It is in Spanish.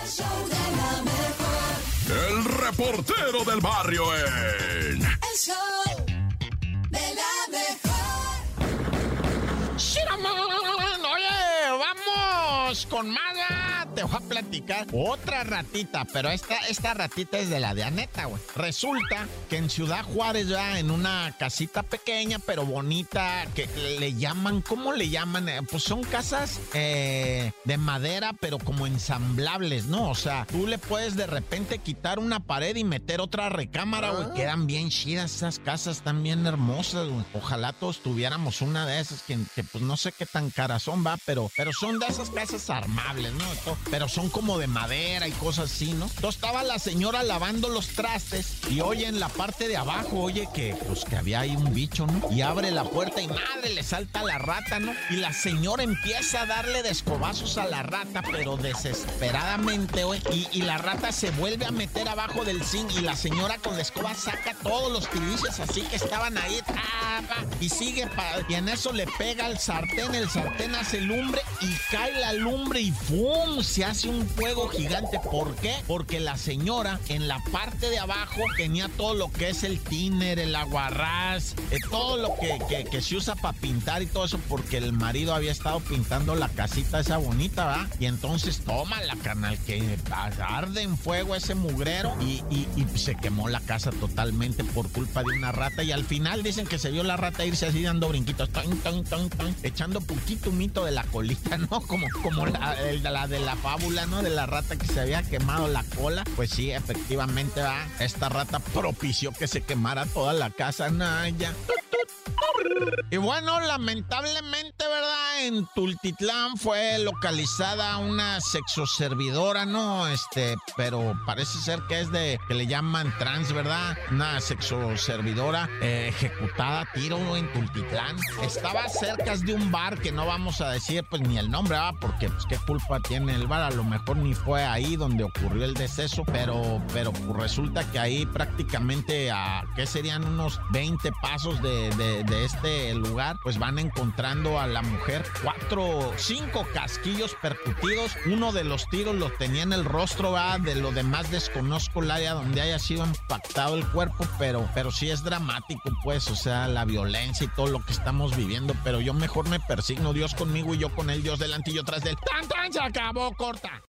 El reportero del barrio en El show de la mejor. ¡Shiraman! Oye, vamos con más. Te voy a platicar otra ratita, pero esta ratita es de la de Aneta, güey. Resulta que en Ciudad Juárez, ya en una casita pequeña, pero bonita, que le llaman, ¿cómo le llaman? Pues son casas de madera, pero como ensamblables, ¿no? O sea, tú le puedes de repente quitar una pared y meter otra recámara, güey. Quedan bien chidas esas casas, están bien hermosas, güey. Ojalá todos tuviéramos una de esas que pues no sé qué tan caras son, va, pero son de esas casas armables, ¿no? Pero son como de madera y cosas así, ¿no? Entonces estaba la señora lavando los trastes y oye en la parte de abajo, oye que había ahí un bicho, ¿no? Y abre la puerta y madre, le salta la rata, ¿no? Y la señora empieza a darle de escobazos a la rata, pero desesperadamente, güey. Y la rata se vuelve a meter abajo del zinc y la señora con la escoba saca todos los tiliches así que estaban ahí. Y sigue, y en eso le pega al sartén, el sartén hace lumbre y cae la lumbre y ¡fum! Se hace un fuego gigante. ¿Por qué? Porque la señora en la parte de abajo tenía todo lo que es el thinner, el aguarrás, todo lo que se usa para pintar y todo eso, porque el marido había estado pintando la casita esa bonita, ¿verdad? Y entonces tómala, carnal, que arde en fuego ese mugrero y se quemó la casa totalmente por culpa de una rata. Y al final dicen que se vio la rata irse así dando brinquitos, echando poquito humito de la colita, ¿no? Como la de la fábula, ¿no? De la rata que se había quemado la cola. Pues sí, efectivamente, ¿verdad? Esta rata propició que se quemara toda la casa, Naya. Y bueno, lamentablemente, ¿verdad? En Tultitlán fue localizada una sexoservidora, ¿no? Pero parece ser que es que le llaman trans, ¿verdad? Una sexoservidora ejecutada a tiro en Tultitlán. Estaba cerca de un bar que no vamos a decir pues ni el nombre, ¿verdad? Porque pues qué culpa tiene el bar, a lo mejor ni fue ahí donde ocurrió el deceso, pero pues resulta que ahí prácticamente ¿qué serían? Unos 20 pasos de este lugar, pues van encontrando a la mujer 5 casquillos percutidos. Uno de los tiros lo tenía en el rostro, ¿verdad? De lo demás desconozco el área donde haya sido impactado el cuerpo, pero sí es dramático, pues, o sea, la violencia y todo lo que estamos viviendo, pero yo mejor me persigno, Dios conmigo y yo con él, Dios delante y yo tras de él. ¡Tan, tan! Se acabó, corta.